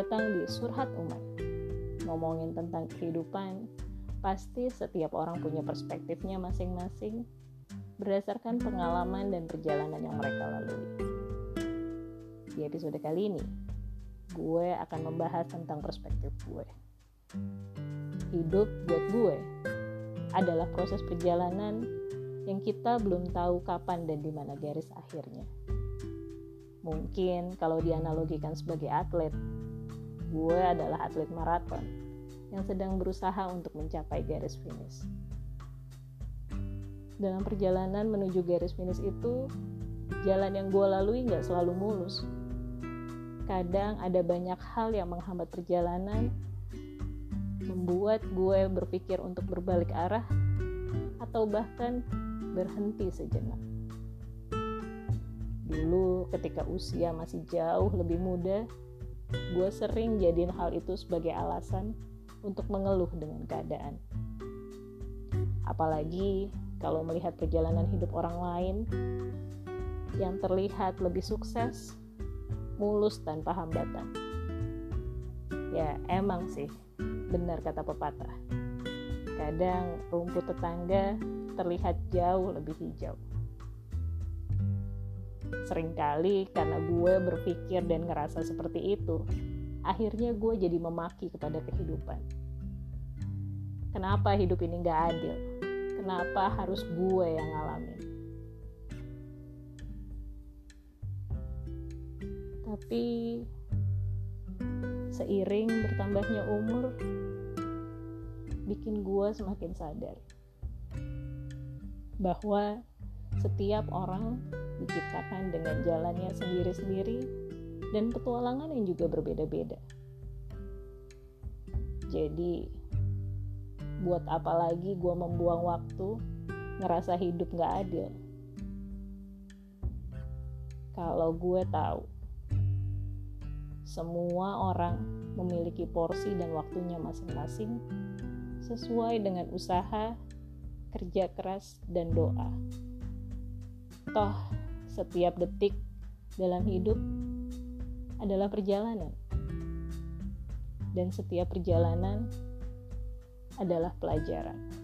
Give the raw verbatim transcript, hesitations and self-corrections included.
datang di Surhat Umat. Ngomongin tentang kehidupan, pasti setiap orang punya perspektifnya masing-masing berdasarkan pengalaman dan perjalanan yang mereka lalui. Di episode kali ini, gue akan membahas tentang perspektif gue. Hidup buat gue adalah proses perjalanan yang kita belum tahu kapan dan di mana garis akhirnya. Mungkin kalau dianalogikan sebagai atlet, gue adalah atlet maraton yang sedang berusaha untuk mencapai garis finish. Dalam perjalanan menuju garis finish itu, jalan yang gue lalui gak selalu mulus. Kadang ada banyak hal yang menghambat perjalanan, membuat gue berpikir untuk berbalik arah, atau bahkan berhenti sejenak. Dulu ketika usia masih jauh lebih muda, gue sering jadiin hal itu sebagai alasan untuk mengeluh dengan keadaan. Apalagi kalau melihat perjalanan hidup orang lain yang terlihat lebih sukses, mulus tanpa hambatan. Ya emang sih, benar kata pepatah. Kadang rumput tetangga terlihat jauh lebih hijau. Seringkali karena gue berpikir dan ngerasa seperti itu, akhirnya gue jadi memaki kepada kehidupan. Kenapa hidup ini gak adil? Kenapa harus gue yang ngalamin? Tapi seiring bertambahnya umur, bikin gue semakin sadar bahwa setiap orang diciptakan dengan jalannya sendiri-sendiri dan petualangan yang juga berbeda-beda. Jadi, buat apa lagi gue membuang waktu ngerasa hidup gak adil? Kalau gue tahu semua orang memiliki porsi dan waktunya masing-masing sesuai dengan usaha, kerja keras, dan doa. Toh, setiap detik dalam hidup adalah perjalanan. Dan setiap perjalanan adalah pelajaran.